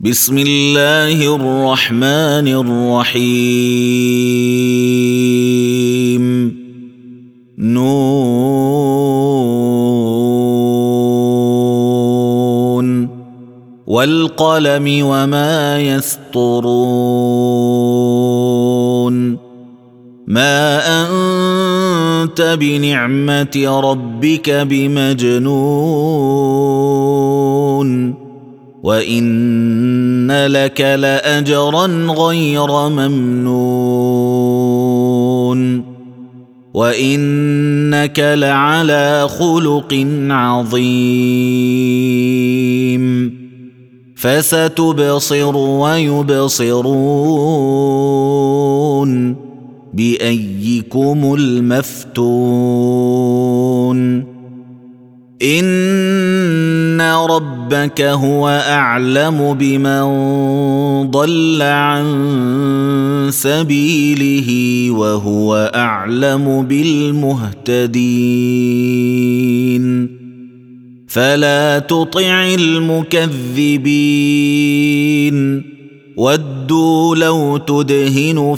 بسم الله الرحمن الرحيم نون والقلم وما يسطرون ما أنت بنعمة ربك بمجنون وإن لك لأجرا غير ممنون وإنك لعلى خلق عظيم فستبصر ويبصرون بأيكم المفتون إن ربك هو أعلم بمن ضل عن سبيله وهو أعلم بالمهتدين فلا تطع المكذبين ودوا لو تدهن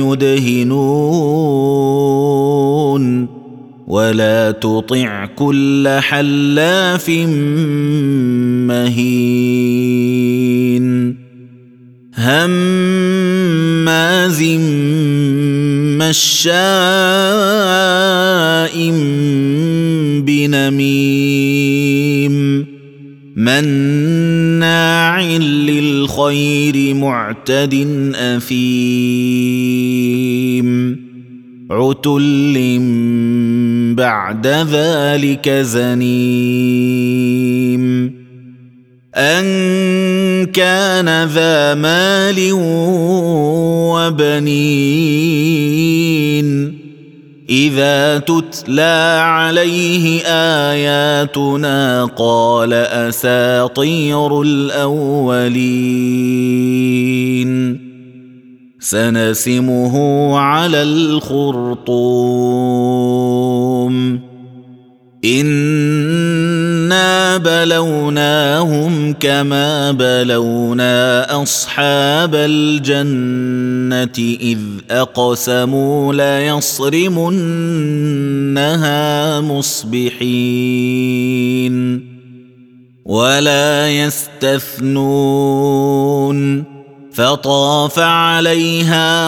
فيدهنون ولا تطع كل حلاف مهين هماز مشاء بنميم مناع للخير معتد أثيم عتل بعد ذلك زنيم أن كان ذا مال وبنين إذا تتلى عليه آياتنا قال أساطير الأولين سنسمه على الخرطوم إنا بلوناهم كما بلونا أصحاب الجنة إذ أقسموا ليصرمنها مصبحين ولا يستثنون فطاف عليها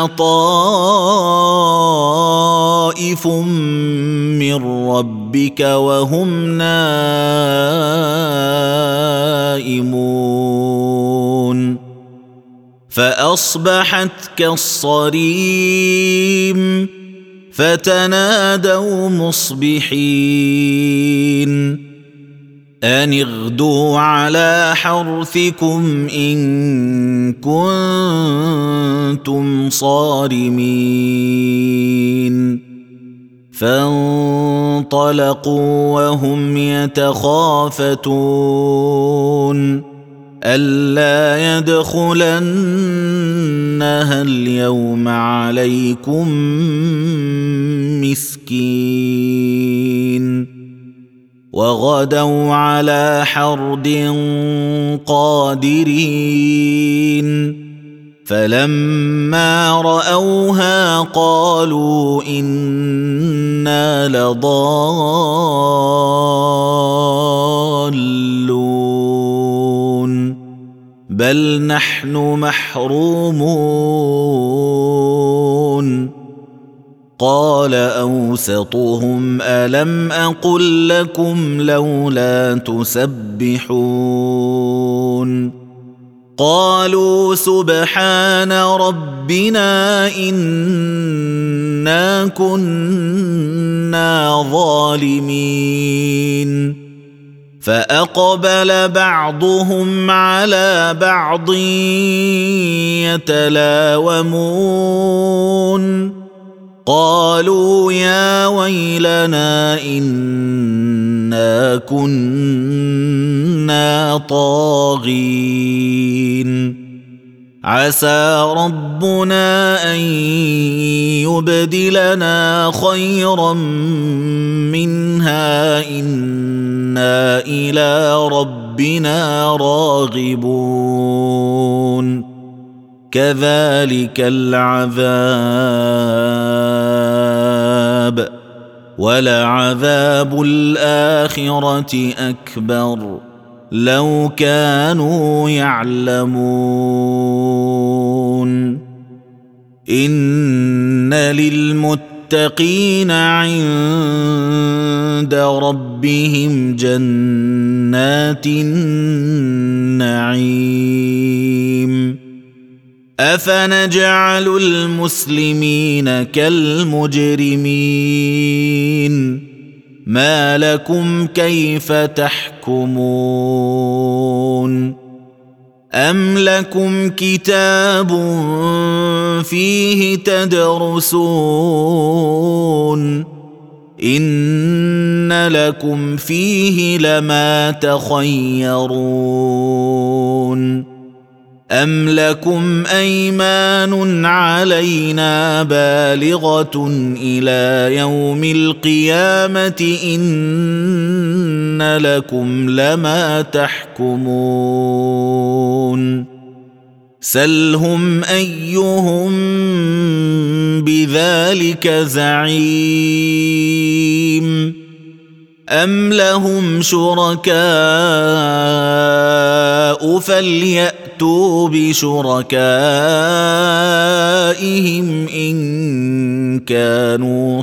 طائف من ربك وهم نائمون فأصبحت كالصريم فتنادوا مصبحين أن اغدوا على حرثكم إن كنتم صارمين فانطلقوا وهم يتخافتون ألا يدخلنها اليوم عليكم مسكين وغدوا على حرد قادرين فلما رأوها قالوا إنا لضالون بل نحن محرومون قال أوسطهم ألم أقل لكم لولا تسبحون قالوا سبحان ربنا إنا كنا ظالمين فأقبل بعضهم على بعض يتلاومون قالوا يا ويلنا إنا كنا طاغين عسى ربنا أن يبدلنا خيرا منها إنا إلى ربنا راغبون كذلك العذاب ولعذاب الآخرة أكبر لو كانوا يعلمون إن للمتقين عند ربهم جنات النعيم أفنجعل المسلمين كالمجرمين ما لكم كيف تحكمون أم لكم كتاب فيه تدرسون إن لكم فيه لما تخيرون أم لكم أيمان علينا بالغة إلى يوم القيامة إن لكم لما تحكمون سلهم أيهم بذلك زعيم أم لهم شركاء فليأتوا بشركائهم إن كانوا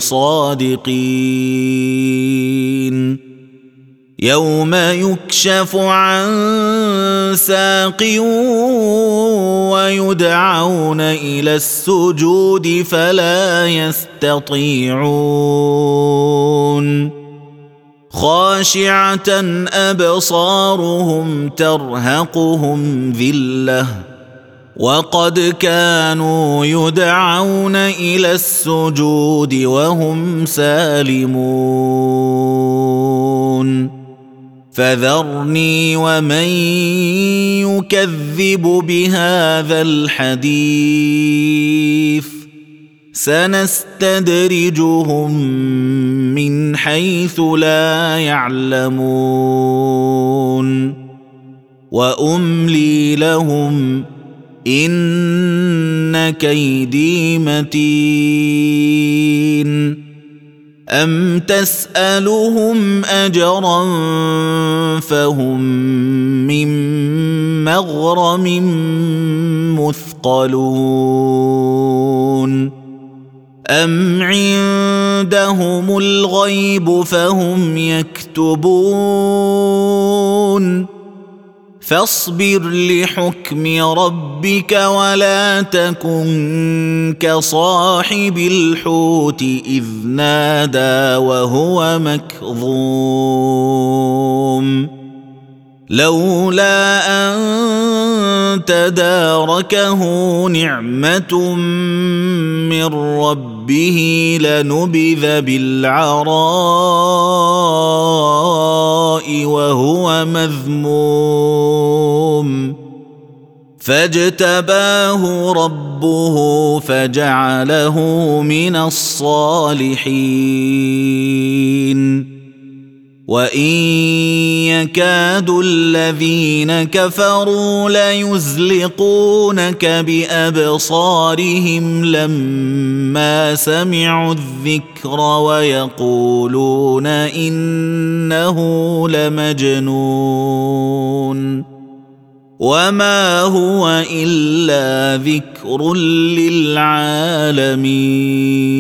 صادقين يوم يكشف عن ساق ويدعون إلى السجود فلا يستطيعون خاشعة أبصارهم ترهقهم ذلة وقد كانوا يدعون إلى السجود وهم سالمون فذرني ومن يكذب بهذا الحديث سنستدرجهم من حيث لا يعلمون وأملي لهم إن كيدي متين أم تسألهم أجرا فهم من مغرم مثقلون أم عندهم الغيب فهم يكتبون فاصبر لحكم ربك ولا تكن كصاحب الحوت إذ نادى وهو مكظوم لولا أن تداركه نعمة من ربه لنبذ بالعراء وهو مذموم فاجتباه ربه فجعله من الصالحين وإن يكاد الذين كفروا ليزلقونك بأبصارهم لما سمعوا الذكر ويقولون إنه لمجنون وما هو إلا ذكر للعالمين